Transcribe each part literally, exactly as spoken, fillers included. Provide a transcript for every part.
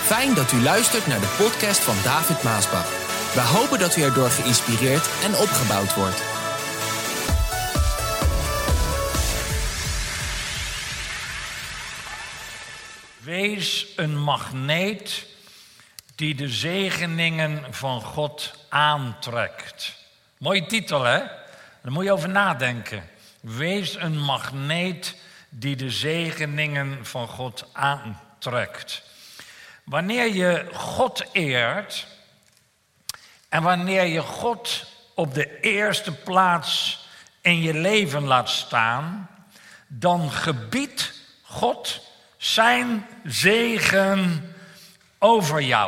Fijn dat u luistert naar de podcast van David Maasbach. We hopen dat u erdoor geïnspireerd en opgebouwd wordt. Wees een magneet die de zegeningen van God aantrekt. Mooie titel, hè? Daar moet je over nadenken. Wees een magneet die de zegeningen van God aantrekt. Wanneer je God eert en wanneer je God op de eerste plaats in je leven laat staan, dan gebiedt God zijn zegen over jou.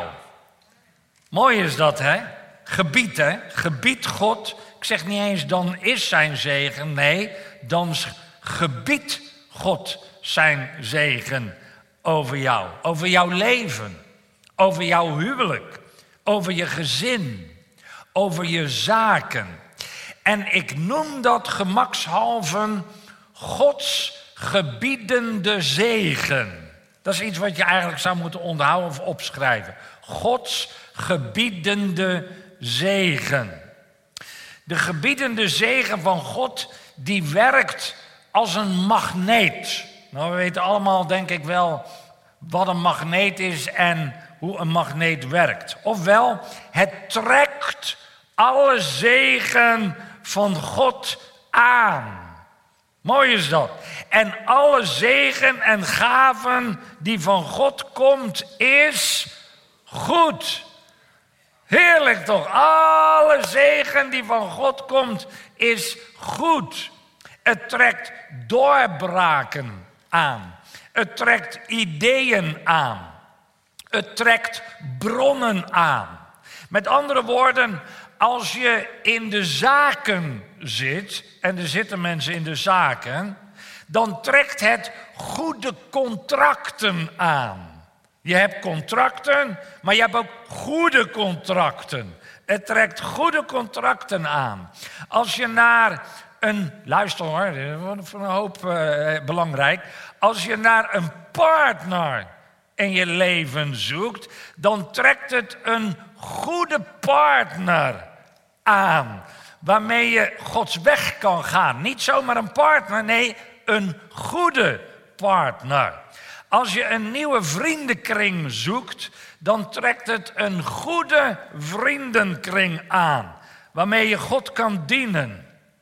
Mooi is dat, hè? Gebied, hè? Gebiedt God. Ik zeg niet eens dan is zijn zegen. Nee, dan gebiedt God zijn zegen over jou. Over jouw leven. Over jouw huwelijk. Over je gezin. Over je zaken. En ik noem dat gemakshalve Gods gebiedende zegen. Dat is iets wat je eigenlijk zou moeten onthouden of opschrijven. Gods gebiedende zegen. De gebiedende zegen van God, die werkt als een magneet. Nou, we weten allemaal, denk ik wel, wat een magneet is en hoe een magneet werkt. Ofwel, het trekt alle zegen van God aan. Mooi is dat. En alle zegen en gaven die van God komt, is goed. Heerlijk toch? Alle zegen die van God komt, is goed. Het trekt doorbraken aan. Het trekt ideeën aan. Het trekt bronnen aan. Met andere woorden, als je in de zaken zit, en er zitten mensen in de zaken, dan trekt het goede contracten aan. Je hebt contracten, maar je hebt ook goede contracten. Het trekt goede contracten aan. Als je naar een, luister hoor, dat is voor een hoop uh, belangrijk. Als je naar een partner in je leven zoekt, dan trekt het een goede partner aan. Waarmee je Gods weg kan gaan. Niet zomaar een partner, nee, een goede partner. Als je een nieuwe vriendenkring zoekt, dan trekt het een goede vriendenkring aan. Waarmee je God kan dienen.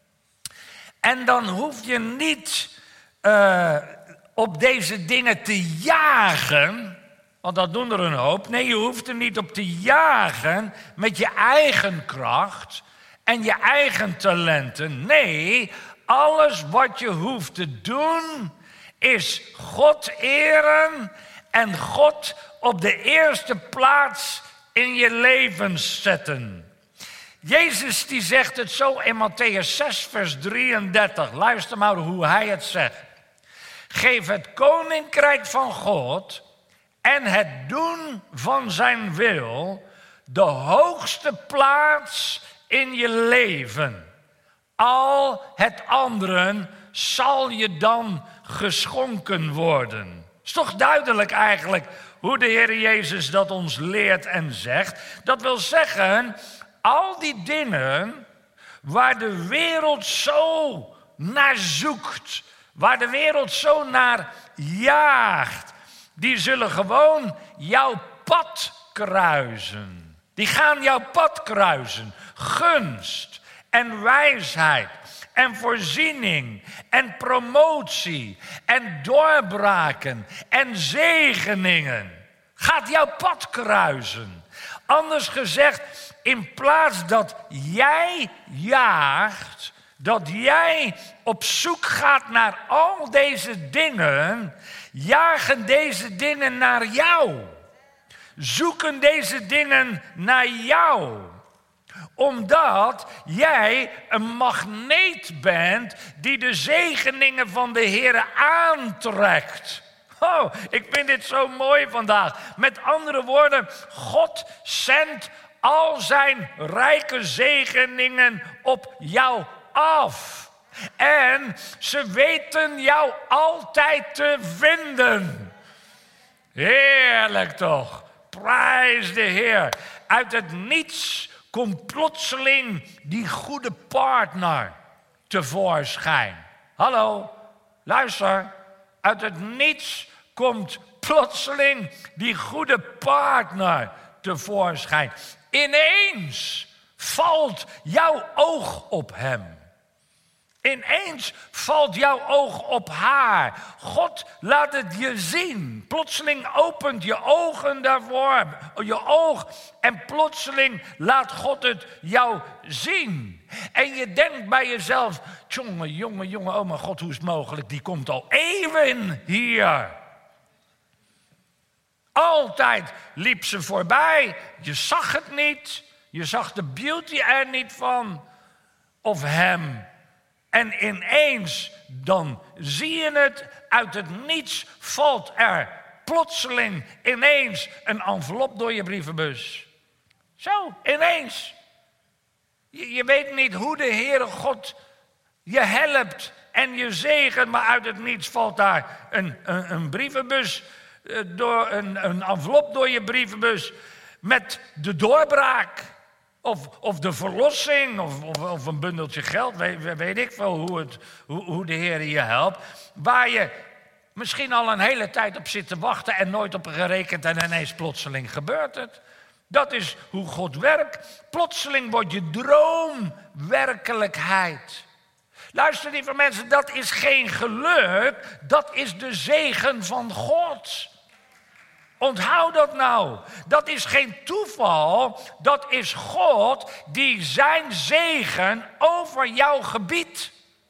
En dan hoef je niet uh, op deze dingen te jagen, want dat doen er een hoop. Nee, je hoeft er niet op te jagen met je eigen kracht en je eigen talenten. Nee, alles wat je hoeft te doen is God eren en God op de eerste plaats in je leven zetten. Jezus die zegt het zo in Mattheüs zes vers drieëndertig. Luister maar hoe hij het zegt. Geef het koninkrijk van God en het doen van zijn wil de hoogste plaats in je leven. Al het anderen zal je dan geschonken worden. Is toch duidelijk eigenlijk hoe de Heer Jezus dat ons leert en zegt. Dat wil zeggen, al die dingen waar de wereld zo naar zoekt, waar de wereld zo naar jaagt, die zullen gewoon jouw pad kruisen. Die gaan jouw pad kruisen. Gunst en wijsheid en voorziening en promotie en doorbraken en zegeningen gaat jouw pad kruisen. Anders gezegd, in plaats dat jij jaagt, dat jij op zoek gaat naar al deze dingen, jagen deze dingen naar jou. Zoeken deze dingen naar jou. Omdat jij een magneet bent die de zegeningen van de Heer aantrekt. Oh, ik vind dit zo mooi vandaag. Met andere woorden, God zendt al zijn rijke zegeningen op jou af. En ze weten jou altijd te vinden. Heerlijk toch? Prijs de Heer. Uit het niets komt plotseling die goede partner tevoorschijn. Hallo, luister. Uit het niets komt plotseling die goede partner tevoorschijn. Ineens valt jouw oog op hem. Ineens valt jouw oog op haar. God laat het je zien. Plotseling opent je ogen daarvoor. Je oog. En plotseling laat God het jou zien. En je denkt bij jezelf. Jongen, jongen, jongen. Oh mijn God, hoe is het mogelijk? Die komt al eeuwen hier. Altijd liep ze voorbij. Je zag het niet. Je zag de beauty er niet van. Of hem. En ineens, dan zie je het, uit het niets valt er plotseling ineens een envelop door je brievenbus. Zo, ineens. Je, je weet niet hoe de Heere God je helpt en je zegent, maar uit het niets valt daar een, een, een brievenbus, door, een, een envelop door je brievenbus met de doorbraak. Of, of de verlossing, of, of, of een bundeltje geld, weet, weet ik veel hoe, het, hoe, hoe de Heer je helpt. Waar je misschien al een hele tijd op zit te wachten en nooit op gerekend en ineens plotseling gebeurt het. Dat is hoe God werkt. Plotseling wordt je droom werkelijkheid. Luister lieve mensen, dat is geen geluk, dat is de zegen van God. Onthoud dat nou. Dat is geen toeval. Dat is God die zijn zegen over jouw gebied.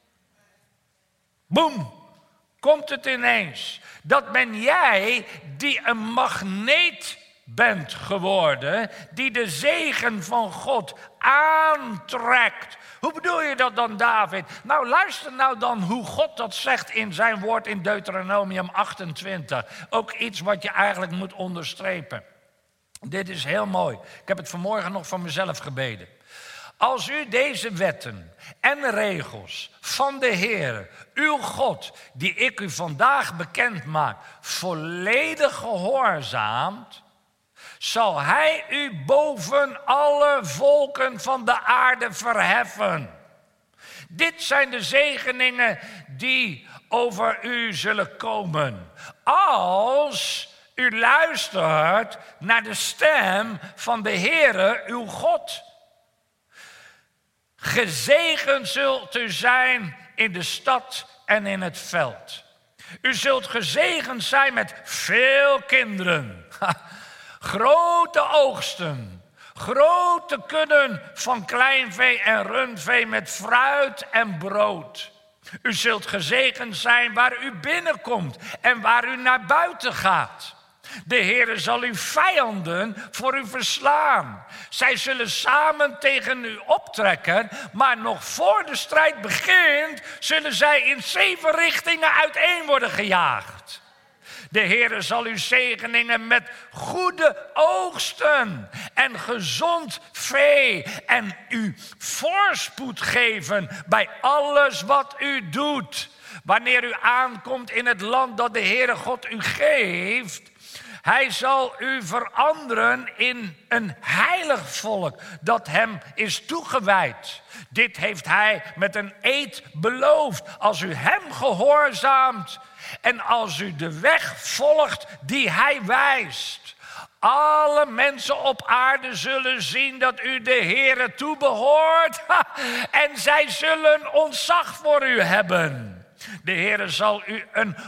Boem. Komt het ineens. Dat ben jij die een magneet bent geworden. Die de zegen van God aantrekt. Hoe bedoel je dat dan, David? Nou, luister nou dan hoe God dat zegt in zijn woord in Deuteronomium achtentwintig. Ook iets wat je eigenlijk moet onderstrepen. Dit is heel mooi. Ik heb het vanmorgen nog van mezelf gebeden. Als u deze wetten en regels van de Heere, uw God, die ik u vandaag bekend maak, volledig gehoorzaamt, zal hij u boven alle volken van de aarde verheffen. Dit zijn de zegeningen die over u zullen komen. Als u luistert naar de stem van de Heere, uw God. Gezegend zult u zijn in de stad en in het veld. U zult gezegend zijn met veel kinderen. Grote oogsten, grote kudden van kleinvee en rundvee met fruit en brood. U zult gezegend zijn waar u binnenkomt en waar u naar buiten gaat. De Heere zal uw vijanden voor u verslaan. Zij zullen samen tegen u optrekken, maar nog voor de strijd begint, zullen zij in zeven richtingen uiteen worden gejaagd. De Heere zal u zegeningen met goede oogsten en gezond vee en u voorspoed geven bij alles wat u doet. Wanneer u aankomt in het land dat de Heere God u geeft, hij zal u veranderen in een heilig volk dat hem is toegewijd. Dit heeft hij met een eed beloofd. Als u hem gehoorzaamt en als u de weg volgt die hij wijst. Alle mensen op aarde zullen zien dat u de Heere toebehoort. En zij zullen ontzag voor u hebben. De Heere zal u een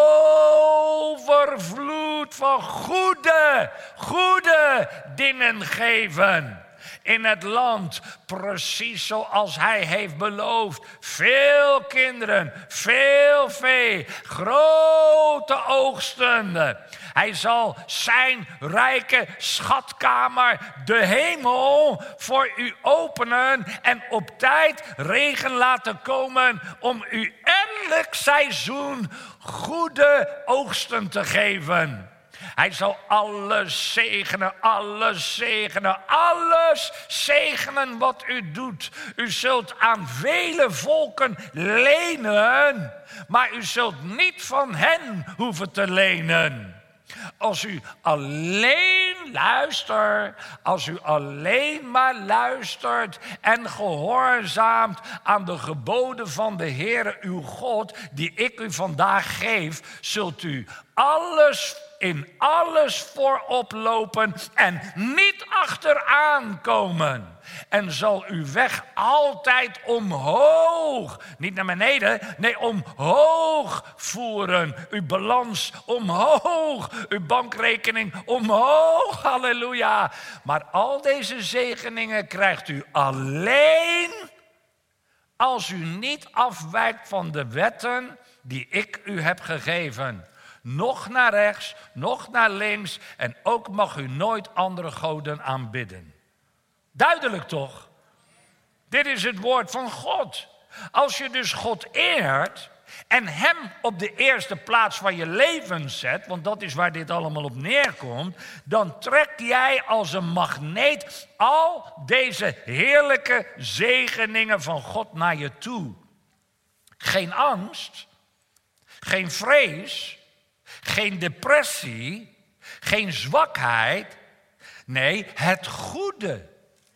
overvloed van goede, goede dingen geven. In het land, precies zoals hij heeft beloofd. Veel kinderen, veel vee, grote oogsten. Hij zal zijn rijke schatkamer, de hemel, voor u openen en op tijd regen laten komen om u elk seizoen goede oogsten te geven. Hij zal alles zegenen, alles zegenen, alles zegenen wat u doet. U zult aan vele volken lenen, maar u zult niet van hen hoeven te lenen. Als u alleen luistert, als u alleen maar luistert en gehoorzaamt aan de geboden van de Heere uw God, die ik u vandaag geef, zult u alles, in alles voorop lopen en niet achteraan komen. En zal uw weg altijd omhoog, niet naar beneden, nee omhoog voeren. Uw balans omhoog, uw bankrekening omhoog, halleluja. Maar al deze zegeningen krijgt u alleen als u niet afwijkt van de wetten die ik u heb gegeven. Nog naar rechts, nog naar links en ook mag u nooit andere goden aanbidden. Duidelijk toch? Dit is het woord van God. Als je dus God eert en hem op de eerste plaats van je leven zet, want dat is waar dit allemaal op neerkomt, dan trek jij als een magneet al deze heerlijke zegeningen van God naar je toe. Geen angst, geen vrees, geen depressie, geen zwakheid. Nee, het goede.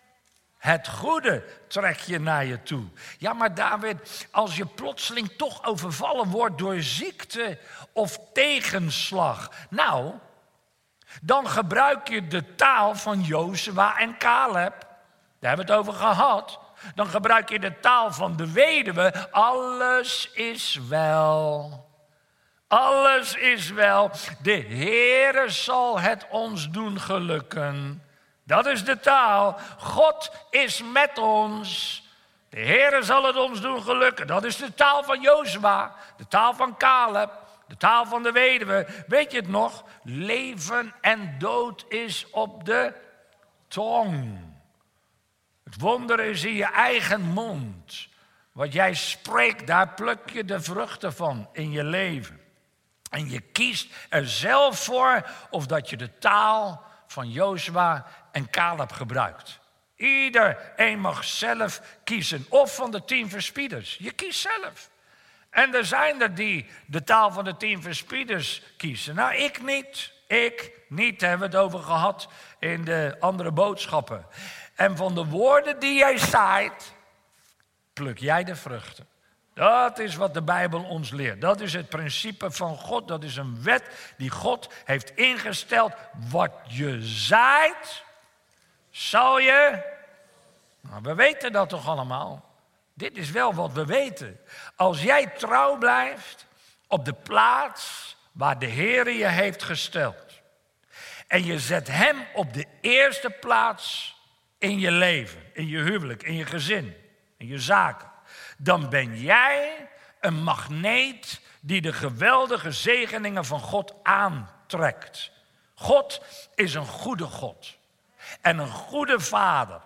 Het goede trek je naar je toe. Ja, maar David, als je plotseling toch overvallen wordt door ziekte of tegenslag. Nou, dan gebruik je de taal van Jozua en Caleb. Daar hebben we het over gehad. Dan gebruik je de taal van de weduwe. Alles is wel. Alles is wel. De Heere zal het ons doen gelukken. Dat is de taal. God is met ons. De Heere zal het ons doen gelukken. Dat is de taal van Jozua. De taal van Caleb. De taal van de weduwe. Weet je het nog? Leven en dood is op de tong. Het wonder is in je eigen mond. Wat jij spreekt, daar pluk je de vruchten van in je leven. En je kiest er zelf voor of dat je de taal van Jozua en Caleb gebruikt. Iedereen mag zelf kiezen. Of van de tien verspieders. Je kiest zelf. En er zijn er die de taal van de tien verspieders kiezen. Nou, ik niet. Ik niet, daar hebben we het over gehad in de andere boodschappen. En van de woorden die jij zaait, pluk jij de vruchten. Dat is wat de Bijbel ons leert. Dat is het principe van God. Dat is een wet die God heeft ingesteld. Wat je zaait, zal je... Nou, we weten dat toch allemaal? Dit is wel wat we weten. Als jij trouw blijft op de plaats waar de Heer je heeft gesteld. En je zet hem op de eerste plaats in je leven. In je huwelijk, in je gezin, in je zaken. Dan ben jij een magneet die de geweldige zegeningen van God aantrekt. God is een goede God. En een goede vader.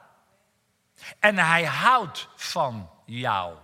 En hij houdt van jou.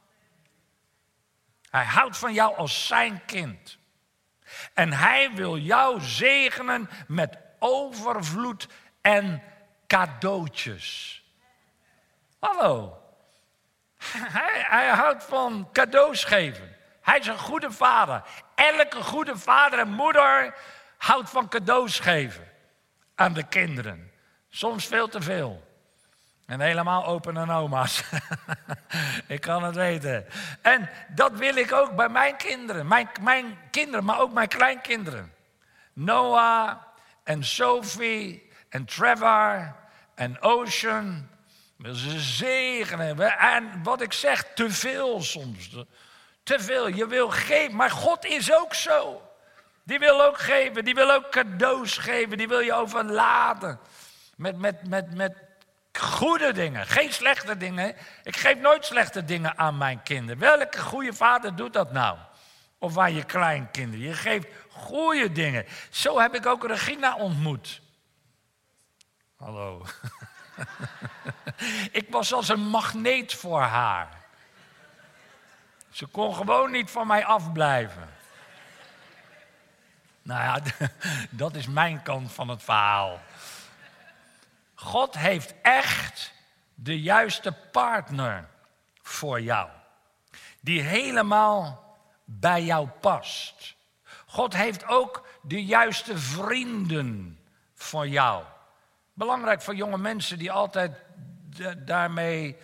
Hij houdt van jou als zijn kind. En hij wil jou zegenen met overvloed en cadeautjes. Hallo. Hij, hij houdt van cadeaus geven. Hij is een goede vader. Elke goede vader en moeder houdt van cadeaus geven aan de kinderen. Soms veel te veel. En helemaal open en oma's. Ik kan het weten. En dat wil ik ook bij mijn kinderen. Mijn, mijn kinderen, maar ook mijn kleinkinderen. Noah en Sophie en Trevor en Ocean. Ze zegenen. En wat ik zeg, te veel soms. Te veel. Je wil geven. Maar God is ook zo. Die wil ook geven. Die wil ook cadeaus geven. Die wil je overladen. Met, met, met, met goede dingen. Geen slechte dingen. Ik geef nooit slechte dingen aan mijn kinderen. Welke goede vader doet dat nou? Of aan je kleinkinderen. Je geeft goede dingen. Zo heb ik ook Regina ontmoet. Hallo. Ik was als een magneet voor haar. Ze kon gewoon niet van mij afblijven. Nou ja, dat is mijn kant van het verhaal. God heeft echt de juiste partner voor jou. Die helemaal bij jou past. God heeft ook de juiste vrienden voor jou. Belangrijk voor jonge mensen die altijd daarmee,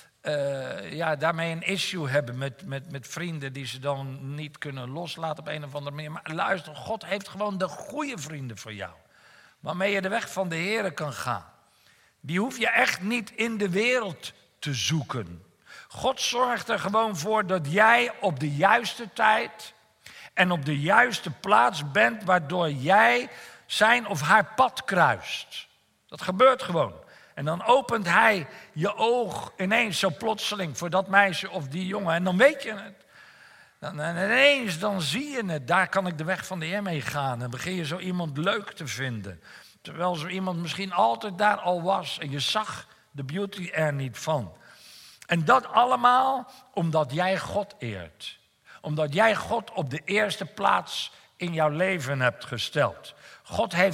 uh, ja, daarmee een issue hebben met, met, met vrienden die ze dan niet kunnen loslaten op een of andere manier. Maar luister, God heeft gewoon de goede vrienden voor jou. Waarmee je de weg van de Heere kan gaan. Die hoef je echt niet in de wereld te zoeken. God zorgt er gewoon voor dat jij op de juiste tijd en op de juiste plaats bent, waardoor jij zijn of haar pad kruist. Dat gebeurt gewoon. En dan opent hij je oog ineens zo plotseling voor dat meisje of die jongen. En dan weet je het. Dan, en ineens dan zie je het. Daar kan ik de weg van de Heer mee gaan. En begin je zo iemand leuk te vinden. Terwijl zo iemand misschien altijd daar al was. En je zag de beauty er niet van. En dat allemaal omdat jij God eert. Omdat jij God op de eerste plaats in jouw leven hebt gesteld. God heeft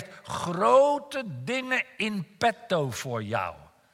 grote dingen in petto voor jou.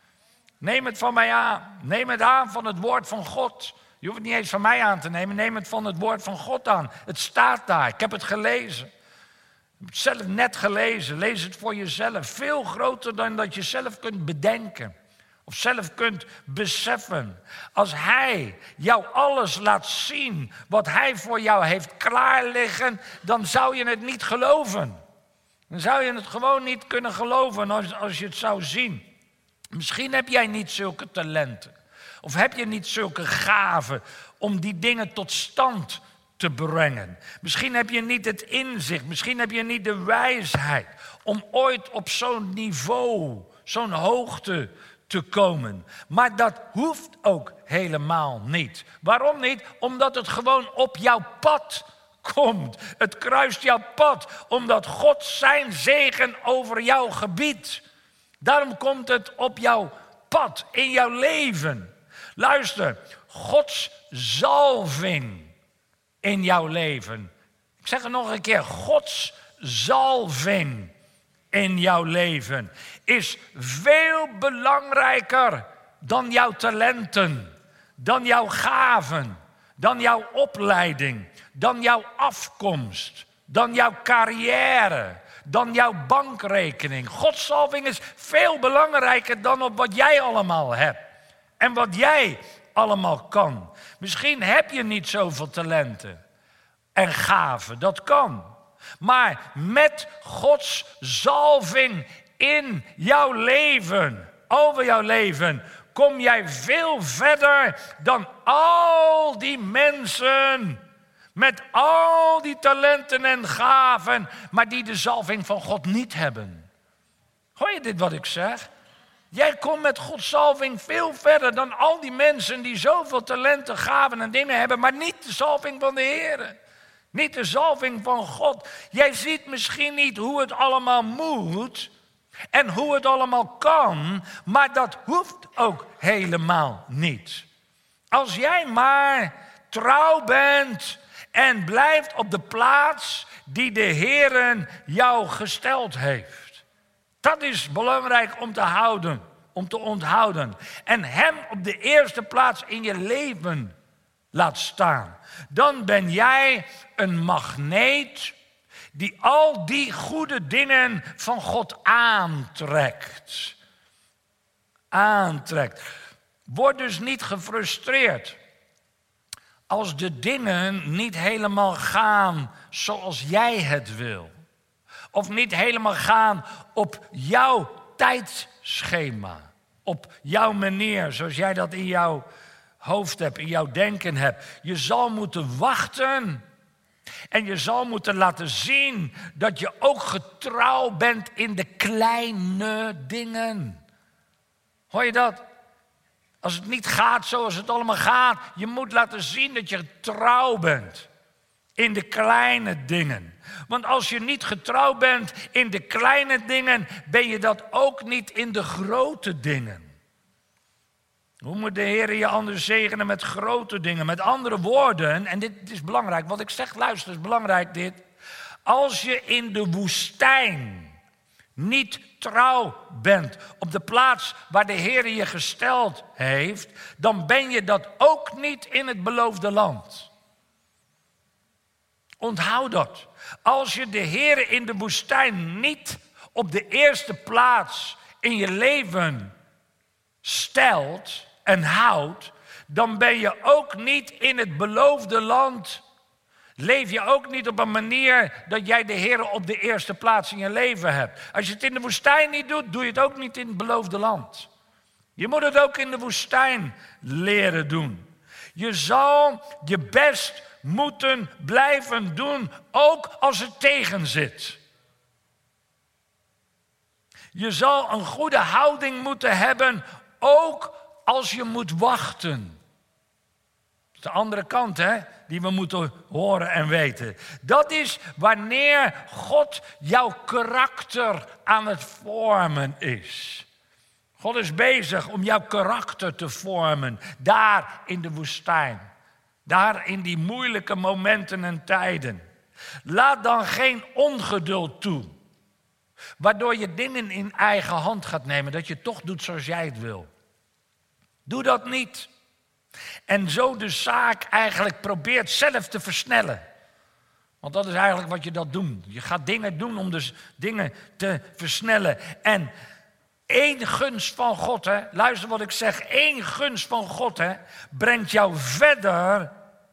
Neem het van mij aan. Neem het aan van het woord van God. Je hoeft het niet eens van mij aan te nemen. Neem het van het woord van God aan. Het staat daar. Ik heb het gelezen. Ik heb het zelf net gelezen. Lees het voor jezelf. Veel groter dan dat je zelf kunt bedenken. Of zelf kunt beseffen. Als hij jou alles laat zien wat hij voor jou heeft klaar liggen, dan zou je het niet geloven. Dan zou je het gewoon niet kunnen geloven als, als je het zou zien. Misschien heb jij niet zulke talenten. Of heb je niet zulke gaven om die dingen tot stand te brengen. Misschien heb je niet het inzicht. Misschien heb je niet de wijsheid om ooit op zo'n niveau, zo'n hoogte te komen. Maar dat hoeft ook helemaal niet. Waarom niet? Omdat het gewoon op jouw pad komt. Het kruist jouw pad, omdat God zijn zegen over jouw gebied. Daarom komt het op jouw pad, in jouw leven. Luister, Gods zalving in jouw leven. Ik zeg het nog een keer, Gods zalving in jouw leven is veel belangrijker dan jouw talenten, dan jouw gaven, dan jouw opleiding, dan jouw afkomst, dan jouw carrière, dan jouw bankrekening. Gods zalving is veel belangrijker dan op wat jij allemaal hebt en wat jij allemaal kan. Misschien heb je niet zoveel talenten en gaven, dat kan. Maar met Gods zalving in jouw leven, over jouw leven, kom jij veel verder dan al die mensen met al die talenten en gaven, maar die de zalving van God niet hebben. Hoor je dit wat ik zeg? Jij komt met Gods zalving veel verder dan al die mensen die zoveel talenten, gaven en dingen hebben, maar niet de zalving van de Heer. Niet de zalving van God. Jij ziet misschien niet hoe het allemaal moet en hoe het allemaal kan, maar dat hoeft ook helemaal niet. Als jij maar trouw bent en blijft op de plaats die de Heer jou gesteld heeft. Dat is belangrijk om te houden, om te onthouden. En hem op de eerste plaats in je leven laat staan. Dan ben jij een magneet die al die goede dingen van God aantrekt. Aantrekt. Word dus niet gefrustreerd als de dingen niet helemaal gaan zoals jij het wil. Of niet helemaal gaan op jouw tijdschema. Op jouw manier, zoals jij dat in jouw hoofd hebt, in jouw denken hebt. Je zal moeten wachten. En je zal moeten laten zien dat je ook getrouw bent in de kleine dingen. Hoor je dat? Als het niet gaat zoals het allemaal gaat, je moet laten zien dat je trouw bent in de kleine dingen. Want als je niet getrouw bent in de kleine dingen, ben je dat ook niet in de grote dingen. Hoe moet de Heer je anders zegenen met grote dingen? Met andere woorden, en dit is belangrijk, wat ik zeg, luister, is belangrijk dit. Als je in de woestijn niet trouw bent op de plaats waar de Heer je gesteld heeft, dan ben je dat ook niet in het beloofde land. Onthoud dat. Als je de Heer in de woestijn niet op de eerste plaats in je leven stelt en houdt, dan ben je ook niet in het beloofde land. Leef je ook niet op een manier dat jij de Heer op de eerste plaats in je leven hebt. Als je het in de woestijn niet doet, doe je het ook niet in het beloofde land. Je moet het ook in de woestijn leren doen. Je zal je best moeten blijven doen, ook als het tegen zit. Je zal een goede houding moeten hebben, ook als je moet wachten. Dat is de andere kant, hè, die we moeten horen en weten. Dat is wanneer God jouw karakter aan het vormen is. God is bezig om jouw karakter te vormen, daar in de woestijn. Daar in die moeilijke momenten en tijden. Laat dan geen ongeduld toe. Waardoor je dingen in eigen hand gaat nemen. Dat je toch doet zoals jij het wil. Doe dat niet. En zo de zaak eigenlijk probeert zelf te versnellen. Want dat is eigenlijk wat je dat doet. Je gaat dingen doen om dus dingen te versnellen. En één gunst van God, hè, luister wat ik zeg. Één gunst van God, hè, brengt jou verder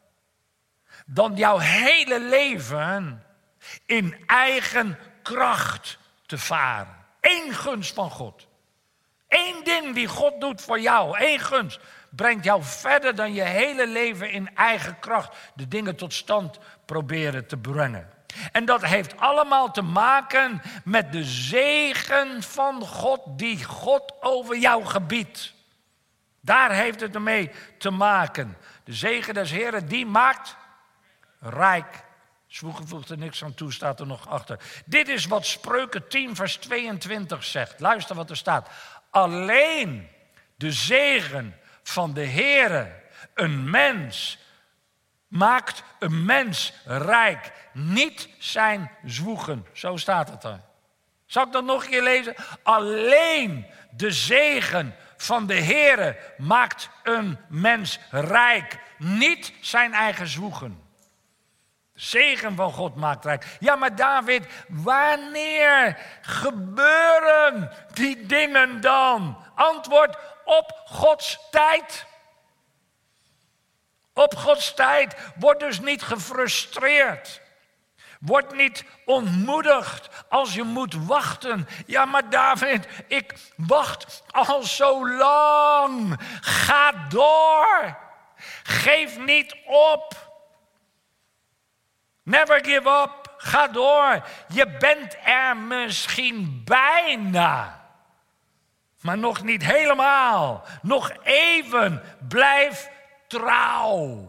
dan jouw hele leven in eigen kracht te varen. Eén gunst van God. Eén ding die God doet voor jou, één gunst, brengt jou verder dan je hele leven in eigen kracht de dingen tot stand proberen te brengen. En dat heeft allemaal te maken met de zegen van God die God over jou gebiedt. Daar heeft het ermee te maken. De zegen des Heren die maakt rijk. Zwoegen voegt er niks aan toe, staat er nog achter. Dit is wat Spreuken tien vers tweeëntwintig zegt. Luister wat er staat. Alleen de zegen van de Heere, een mens, maakt een mens rijk. Niet zijn zwoegen. Zo staat het er. Zal ik dat nog een keer lezen? Alleen de zegen van de Heere maakt een mens rijk. Niet zijn eigen zwoegen. De zegen van God maakt rijk. Ja, maar David, wanneer gebeuren die dingen dan? Antwoord, op Gods tijd. Op Gods tijd. Word dus niet gefrustreerd. Word niet ontmoedigd als je moet wachten. Ja, maar David, ik wacht al zo lang. Ga door. Geef niet op. Never give up. Ga door. Je bent er misschien bijna. Maar nog niet helemaal. Nog even. Blijf trouw.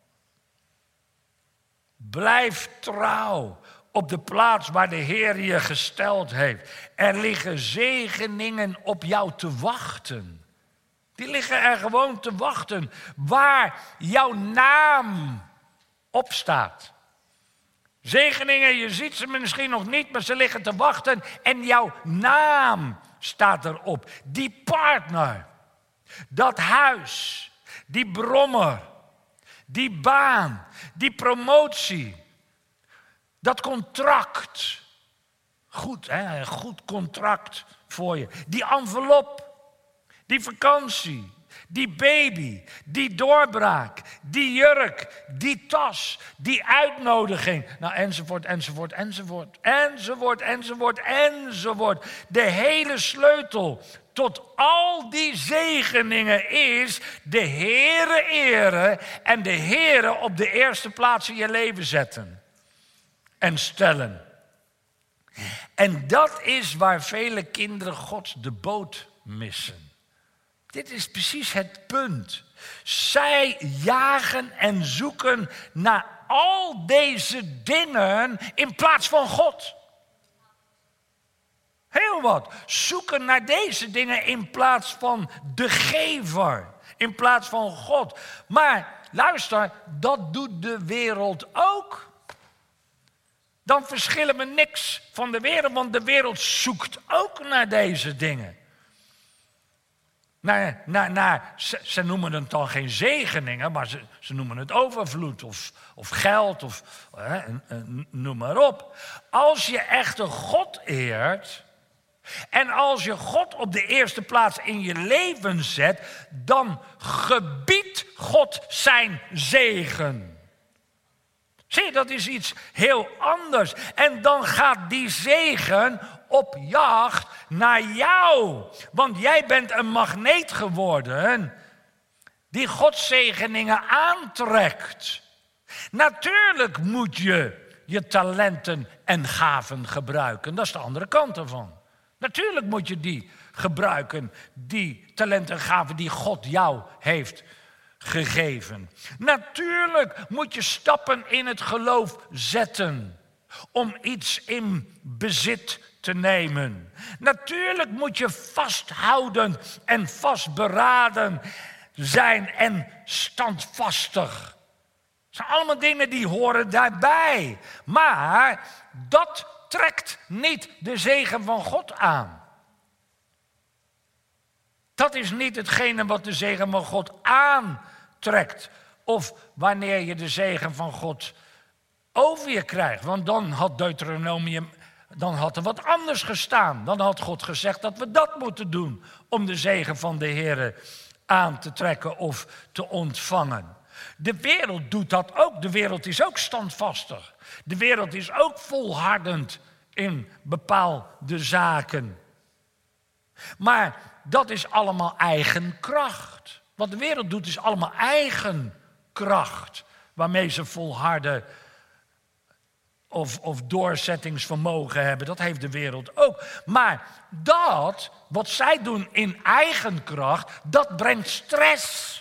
Blijf trouw op de plaats waar de Heer je gesteld heeft. Er liggen zegeningen op jou te wachten. Die liggen er gewoon te wachten. Waar jouw naam op staat. Zegeningen, je ziet ze misschien nog niet, maar ze liggen te wachten. En jouw naam staat erop. Die partner, dat huis, die brommer, die baan, die promotie, dat contract. Goed, hè? Een goed contract voor je. Die envelop, die vakantie, die baby, die doorbraak, die jurk, die tas, die uitnodiging. Nou, enzovoort, enzovoort, enzovoort, enzovoort, enzovoort, enzovoort. De hele sleutel tot al die zegeningen is de Heere eren en de Heere op de eerste plaats in je leven zetten en stellen. En dat is waar vele kinderen Gods de boot missen. Dit is precies het punt. Zij jagen en zoeken naar al deze dingen in plaats van God. Heel wat. Zoeken naar deze dingen in plaats van de gever. In plaats van God. Maar luister, dat doet de wereld ook. Dan verschillen we niks van de wereld, want de wereld zoekt ook naar deze dingen. Naar, naar, naar, ze, ze noemen het dan geen zegeningen, maar ze, ze noemen het overvloed of, of geld of hè, noem maar op. Als je echt een God eert en als je God op de eerste plaats in je leven zet, dan gebiedt God zijn zegen. Zie je, dat is iets heel anders. En dan gaat die zegen op jacht naar jou. Want jij bent een magneet geworden die Gods zegeningen aantrekt. Natuurlijk moet je je talenten en gaven gebruiken. Dat is de andere kant ervan. Natuurlijk moet je die gebruiken, die talenten en gaven die God jou heeft gegeven. Natuurlijk moet je stappen in het geloof zetten om iets in bezit te nemen. Natuurlijk moet je vasthouden en vastberaden zijn en standvastig. Dat zijn allemaal dingen die horen daarbij. Maar dat trekt niet de zegen van God aan. Dat is niet hetgene wat de zegen van God aantrekt. Of wanneer je de zegen van God over je krijgt. Want dan had Deuteronomium, dan had er wat anders gestaan. Dan had God gezegd dat we dat moeten doen om de zegen van de Heer aan te trekken of te ontvangen. De wereld doet dat ook. De wereld is ook standvastig. De wereld is ook volhardend in bepaalde zaken. Maar dat is allemaal eigen kracht. Wat de wereld doet is allemaal eigen kracht. Waarmee ze volharden of, of doorzettingsvermogen hebben. Dat heeft de wereld ook. Maar dat, wat zij doen in eigen kracht, dat brengt stress.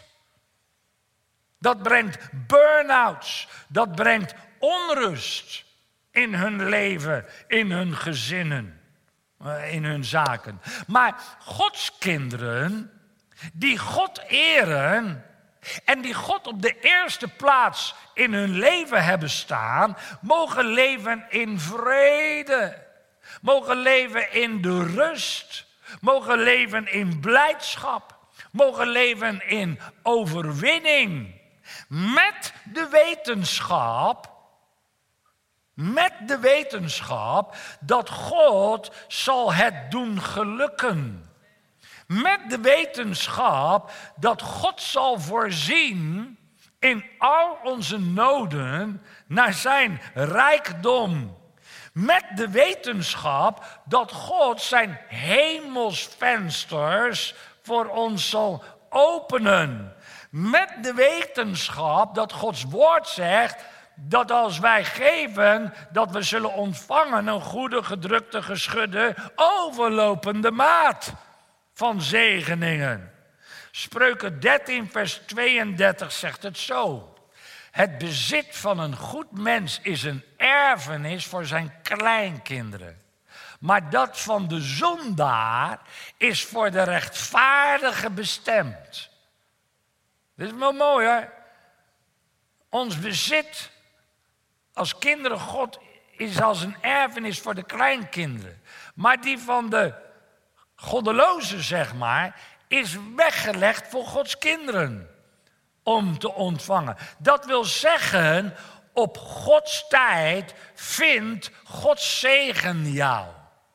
Dat brengt burn-outs. Dat brengt onrust in hun leven, in hun gezinnen, in hun zaken. Maar Gods kinderen, die God eren en die God op de eerste plaats in hun leven hebben staan, mogen leven in vrede, mogen leven in de rust, mogen leven in blijdschap, mogen leven in overwinning. Met de wetenschap, met de wetenschap dat God zal het doen gelukken. Met de wetenschap dat God zal voorzien in al onze noden naar zijn rijkdom. Met de wetenschap dat God zijn hemelsvensters voor ons zal openen. Met de wetenschap dat Gods woord zegt dat als wij geven, dat we zullen ontvangen een goede, gedrukte, geschudde, overlopende maat van zegeningen. Spreuken dertien vers tweeëndertig zegt het zo. Het bezit van een goed mens is een erfenis voor zijn kleinkinderen. Maar dat van de zondaar is voor de rechtvaardige bestemd. Dit is wel mooi, hè? Ons bezit als kinderen God is als een erfenis voor de kleinkinderen. Maar die van de goddelozen, zeg maar, is weggelegd voor Gods kinderen om te ontvangen. Dat wil zeggen, op Gods tijd vindt Gods zegen jou.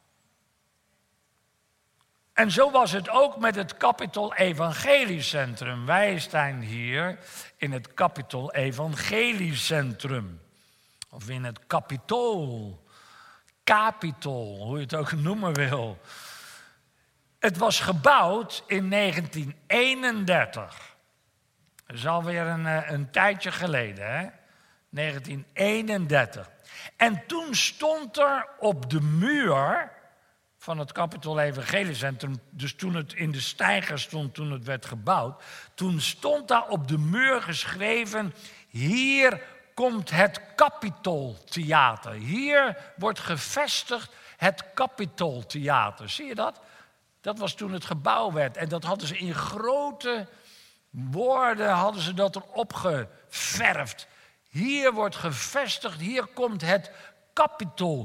En zo was het ook met het Capitol Evangeliecentrum. Wij staan hier in het Capitol Evangeliecentrum. Of in het Capitool. Capitol, hoe je het ook noemen wil. Het was gebouwd in negentien eenendertig. Dat is alweer een, een tijdje geleden, hè? negentien eenendertig. En toen stond er op de muur van het Capitol Evangeliecentrum, dus toen het in de steiger stond, toen het werd gebouwd, toen stond daar op de muur geschreven: hier komt het Capitoltheater. Hier wordt gevestigd het Capitoltheater. Zie je dat? Dat was toen het gebouw werd. En dat hadden ze in grote woorden hadden ze dat erop geverfd. Hier wordt gevestigd, hier komt het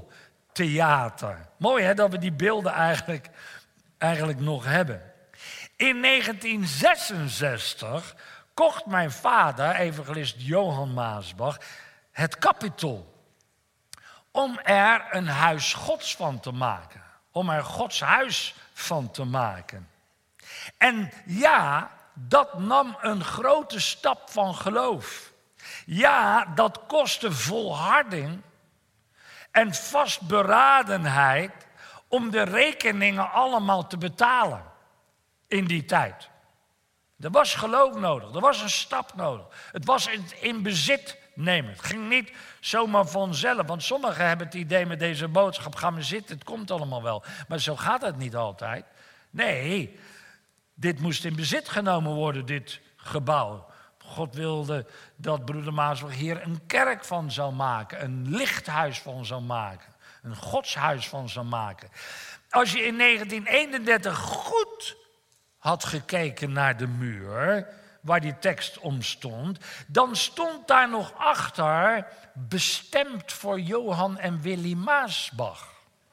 Capitoltheater. Mooi hè, dat we die beelden eigenlijk, eigenlijk nog hebben. In negentien zesenzestig kocht mijn vader, evangelist Johan Maasbach, het Capitool. Om er een huis Gods van te maken. Om er Gods huis van te maken. En ja, dat nam een grote stap van geloof. Ja, dat kostte volharding en vastberadenheid om de rekeningen allemaal te betalen in die tijd. Er was geloof nodig, er was een stap nodig. Het was in, in bezit nemen. Het ging niet zomaar vanzelf, want sommigen hebben het idee met deze boodschap, ga maar zitten, het komt allemaal wel. Maar zo gaat het niet altijd. Nee, dit moest in bezit genomen worden, dit gebouw. God wilde dat broeder Maasbach hier een kerk van zou maken, een lichthuis van zou maken, een godshuis van zou maken. Als je in negentien eenendertig goed had gekeken naar de muur, waar die tekst om stond, dan stond daar nog achter, bestemd voor Johan en Willy Maasbach.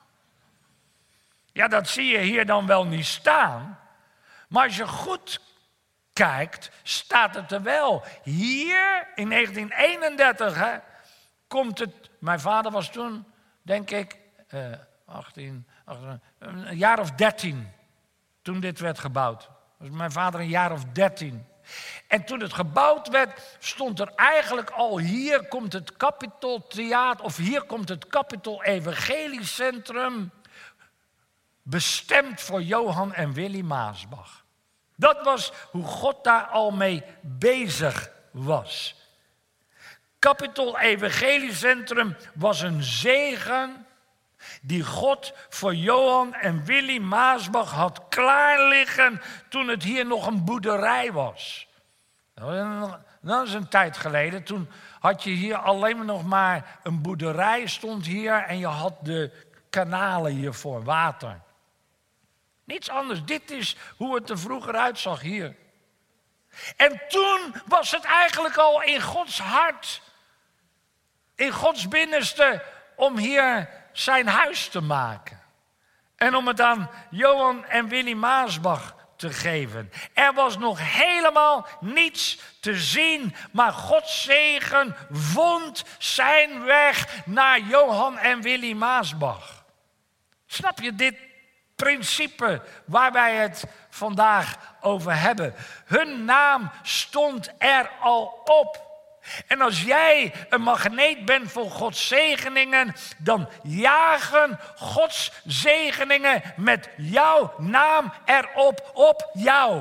Ja, dat zie je hier dan wel niet staan, maar als je goed kijkt, staat het er wel. Hier in negentien eenendertig hè, komt het, mijn vader was toen, denk ik, eh, achttien, achttien, een jaar of dertien, toen dit werd gebouwd. Was mijn vader een jaar of dertien. En toen het gebouwd werd, stond er eigenlijk al, hier komt het Capitool Theater, of hier komt het Capitool Evangeliecentrum, bestemd voor Johan en Willy Maasbach. Dat was hoe God daar al mee bezig was. Capitool Evangeliecentrum was een zegen die God voor Johan en Willy Maasbach had klaar liggen toen het hier nog een boerderij was. Dat is een tijd geleden. Toen had je hier alleen maar nog maar een boerderij stond hier en je had de kanalen hiervoor, water. Niets anders. Dit is hoe het er vroeger uitzag hier. En toen was het eigenlijk al in Gods hart, in Gods binnenste, om hier zijn huis te maken. En om het aan Johan en Willy Maasbach te geven. Er was nog helemaal niets te zien, maar Gods zegen vond zijn weg naar Johan en Willy Maasbach. Snap je dit principe waar wij het vandaag over hebben? Hun naam stond er al op. En als jij een magneet bent voor Gods zegeningen, dan jagen Gods zegeningen met jouw naam erop op jou.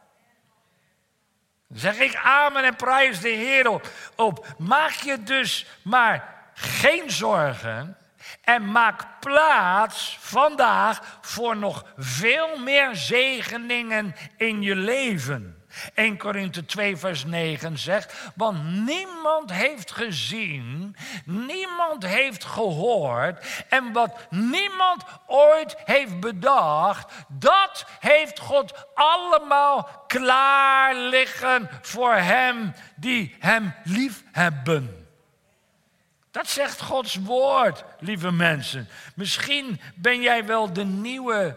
Dan zeg ik amen en prijs de Heer op, op. Maak je dus maar geen zorgen en maak plaats vandaag voor nog veel meer zegeningen in je leven. Eerste Korinthe twee vers negen zegt, want niemand heeft gezien, niemand heeft gehoord en wat niemand ooit heeft bedacht, dat heeft God allemaal klaar liggen voor hem die hem lief hebben. Dat zegt Gods woord, lieve mensen. Misschien ben jij wel de nieuwe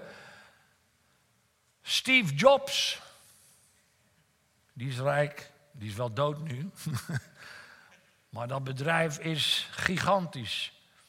Steve Jobs. Die is rijk, die is wel dood nu. Maar dat bedrijf is gigantisch.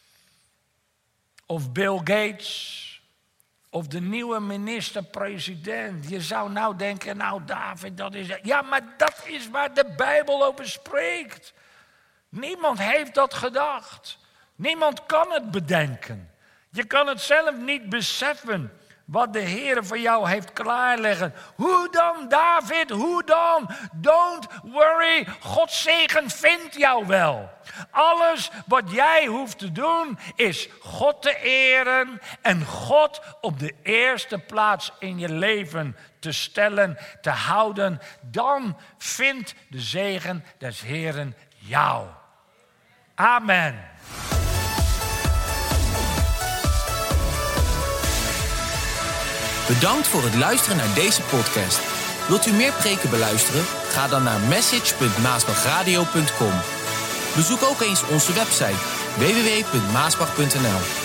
Of Bill Gates, of de nieuwe minister-president. Je zou nou denken, nou David, dat is... Ja, maar dat is waar de Bijbel over spreekt. Niemand heeft dat gedacht. Niemand kan het bedenken. Je kan het zelf niet beseffen wat de Heer voor jou heeft klaarleggen. Hoe dan, David? Hoe dan? Don't worry. Gods zegen vindt jou wel. Alles wat jij hoeft te doen is God te eren en God op de eerste plaats in je leven te stellen, te houden. Dan vindt de zegen des Heeren jou. Amen. Bedankt voor het luisteren naar deze podcast. Wilt u meer preken beluisteren? Ga dan naar message punt maasbachradio punt com. Bezoek ook eens onze website w w w punt maasbach punt n l.